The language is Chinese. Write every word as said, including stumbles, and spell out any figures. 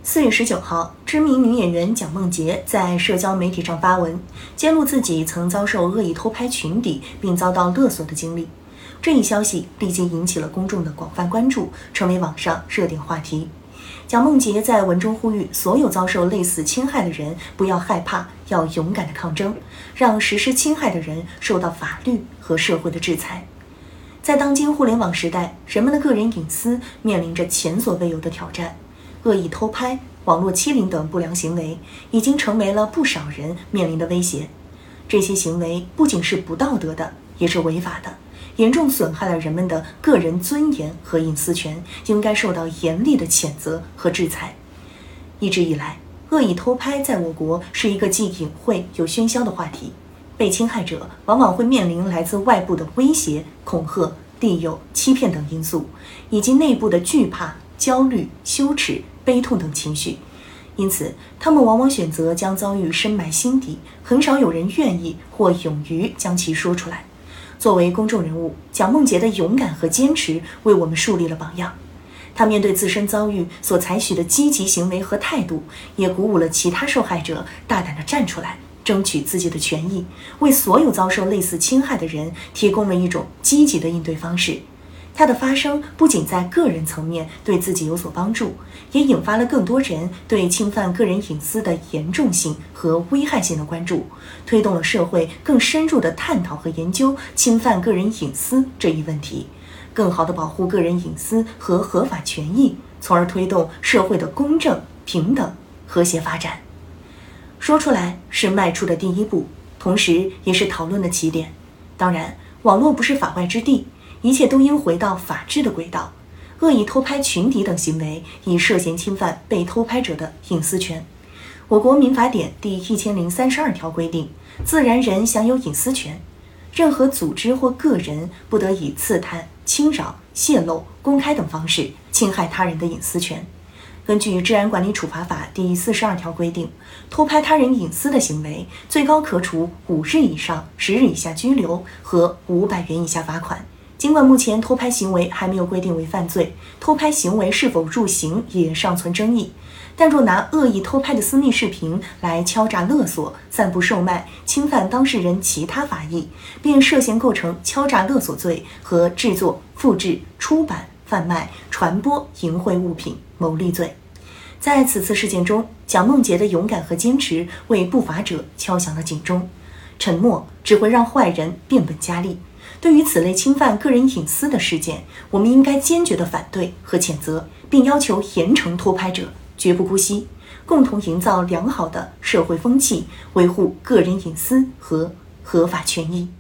四月十九号，知名女演员蒋梦婕在社交媒体上发文，揭露自己曾遭受恶意偷拍裙底并遭到勒索的经历。这一消息立即引起了公众的广泛关注，成为网上热点话题。蒋梦婕在文中呼吁所有遭受类似侵害的人不要害怕，要勇敢的抗争，让实施侵害的人受到法律和社会的制裁。在当今互联网时代，人们的个人隐私面临着前所未有的挑战。恶意偷拍、网络欺凌等不良行为已经成为了不少人面临的威胁。这些行为不仅是不道德的，也是违法的，严重损害了人们的个人尊严和隐私权，应该受到严厉的谴责和制裁。一直以来，恶意偷拍在我国是一个既隐晦又喧嚣的话题，被侵害者往往会面临来自外部的威胁、恐吓、利诱、欺骗等因素，以及内部的惧怕、焦虑、羞耻、悲痛等情绪，因此他们往往选择将遭遇深埋心底，很少有人愿意或勇于将其说出来。作为公众人物，蒋梦婕的勇敢和坚持为我们树立了榜样。她面对自身遭遇所采取的积极行为和态度，也鼓舞了其他受害者大胆地站出来，争取自己的权益，为所有遭受类似侵害的人提供了一种积极的应对方式。他的发声不仅在个人层面对自己有所帮助，也引发了更多人对侵犯个人隐私的严重性和危害性的关注，推动了社会更深入的探讨和研究侵犯个人隐私这一问题，更好地保护个人隐私和合法权益，从而推动社会的公正、平等、和谐发展。说出来是迈出的第一步，同时也是讨论的起点。当然，网络不是法外之地，一切都应回到法治的轨道。恶意偷拍裙底等行为已涉嫌侵犯被偷拍者的隐私权。我国民法典第一千零三十二条规定，自然人享有隐私权，任何组织或个人不得以刺探、侵扰、泄露、公开等方式侵害他人的隐私权。根据《治安管理处罚法》第四十二条规定，偷拍他人隐私的行为，最高可处五日以上十日以下拘留和五百元以下罚款。尽管目前偷拍行为还没有规定为犯罪，偷拍行为是否入刑也尚存争议，但若拿恶意偷拍的私密视频来敲诈勒索、散布售卖、侵犯当事人其他法益，便涉嫌构成敲诈勒索罪和制作、复制、出版、贩卖、传播淫秽物品牟利罪。在此次事件中，蒋梦婕的勇敢和坚持为不法者敲响了警钟。沉默只会让坏人变本加厉。对于此类侵犯个人隐私的事件，我们应该坚决地反对和谴责，并要求严惩偷拍者，绝不姑息，共同营造良好的社会风气，维护个人隐私和合法权益。